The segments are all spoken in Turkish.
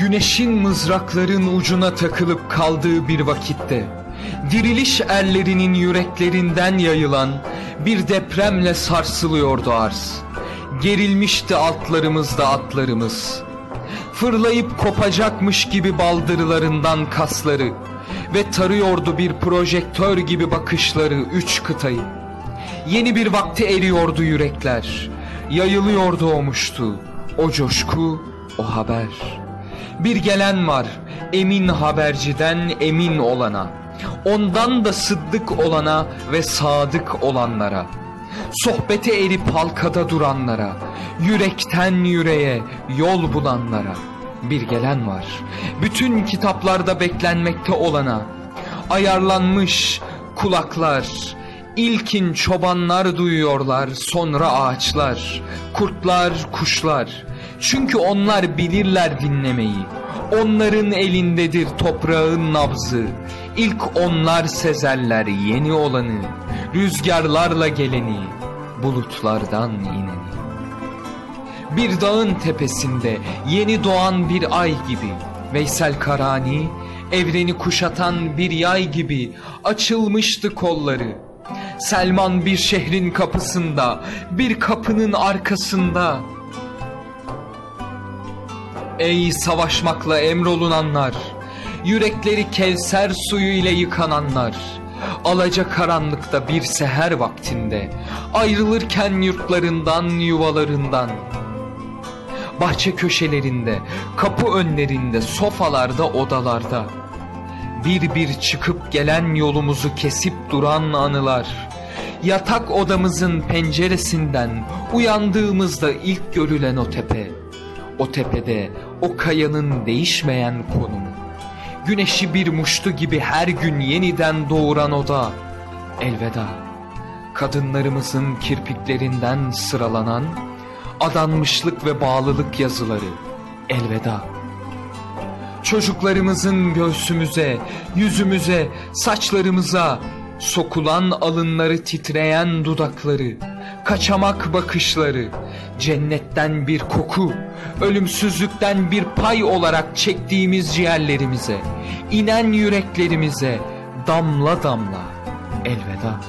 Güneşin mızrakların ucuna takılıp kaldığı bir vakitte, diriliş erlerinin yüreklerinden yayılan bir depremle sarsılıyordu arz. Gerilmişti altlarımızda atlarımız. Fırlayıp kopacakmış gibi baldırlarından kasları ve tarıyordu bir projektör gibi bakışları üç kıtayı. Yeni bir vakti eriyordu yürekler, yayılıyordu o muştu, o coşku, o haber. Bir gelen var emin haberciden emin olana, ondan da sıddık olana ve sadık olanlara, sohbete erip halkada duranlara, yürekten yüreğe yol bulanlara. Bir gelen var bütün kitaplarda beklenmekte olana, ayarlanmış kulaklar, ilkin çobanlar duyuyorlar, sonra ağaçlar, kurtlar, kuşlar. Çünkü onlar bilirler dinlemeyi. Onların elindedir toprağın nabzı. İlk onlar sezerler yeni olanı, rüzgarlarla geleni, bulutlardan ineni. Bir dağın tepesinde yeni doğan bir ay gibi, Veysel Karani, evreni kuşatan bir yay gibi açılmıştı kolları. Selman bir şehrin kapısında, bir kapının arkasında. Ey savaşmakla emrolunanlar, yürekleri Kevser suyu ile yıkananlar, alacakaranlıkta bir seher vaktinde, ayrılırken yurtlarından, yuvalarından, bahçe köşelerinde, kapı önlerinde, sofalarda, odalarda, bir bir çıkıp gelen yolumuzu kesip duran anılar, yatak odamızın penceresinden uyandığımızda ilk görülen o tepe, o tepede o kayanın değişmeyen konumu, güneşi bir muştu gibi her gün yeniden doğuran oda, elveda, kadınlarımızın kirpiklerinden sıralanan adanmışlık ve bağlılık yazıları, elveda. Çocuklarımızın göğsümüze, yüzümüze, saçlarımıza sokulan alınları, titreyen dudakları, kaçamak bakışları, cennetten bir koku, ölümsüzlükten bir pay olarak çektiğimiz ciğerlerimize, inen yüreklerimize damla damla elveda.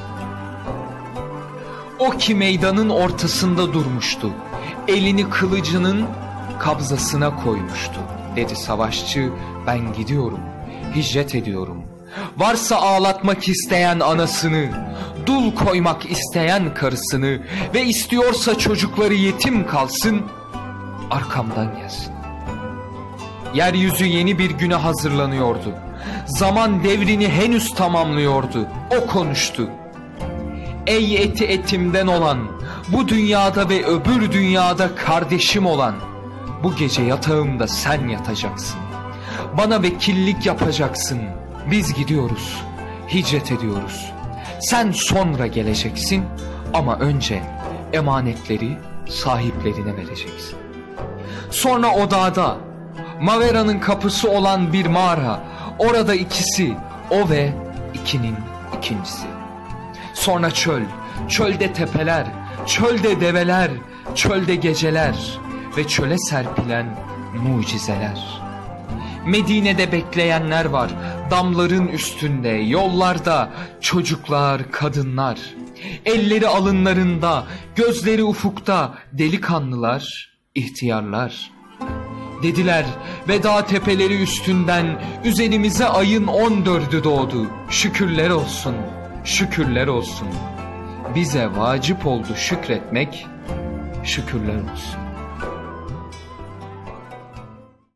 O ki meydanın ortasında durmuştu, elini kılıcının kabzasına koymuştu. Dedi savaşçı, ben gidiyorum, hicret ediyorum. Varsa ağlatmak isteyen anasını, dul koymak isteyen karısını ve istiyorsa çocukları yetim kalsın, arkamdan gelsin. Yeryüzü yeni bir güne hazırlanıyordu. Zaman devrini henüz tamamlıyordu. O konuştu. Ey eti etimden olan, bu dünyada ve öbür dünyada kardeşim olan, bu gece yatağımda sen yatacaksın. Bana vekillik yapacaksın. Biz gidiyoruz, hicret ediyoruz. Sen sonra geleceksin ama önce emanetleri sahiplerine vereceksin. Sonra o dağda, Mavera'nın kapısı olan bir mağara, orada ikisi, o ve ikinin ikincisi. Sonra çöl, çölde tepeler, çölde develer, çölde geceler ve çöle serpilen mucizeler. Medine'de bekleyenler var, damların üstünde, yollarda, çocuklar, kadınlar. Elleri alınlarında, gözleri ufukta, delikanlılar, ihtiyarlar. Dediler, veda tepeleri üstünden üzerimize ayın 14'ü doğdu. Şükürler olsun, şükürler olsun. Bize vacip oldu şükretmek, şükürler olsun.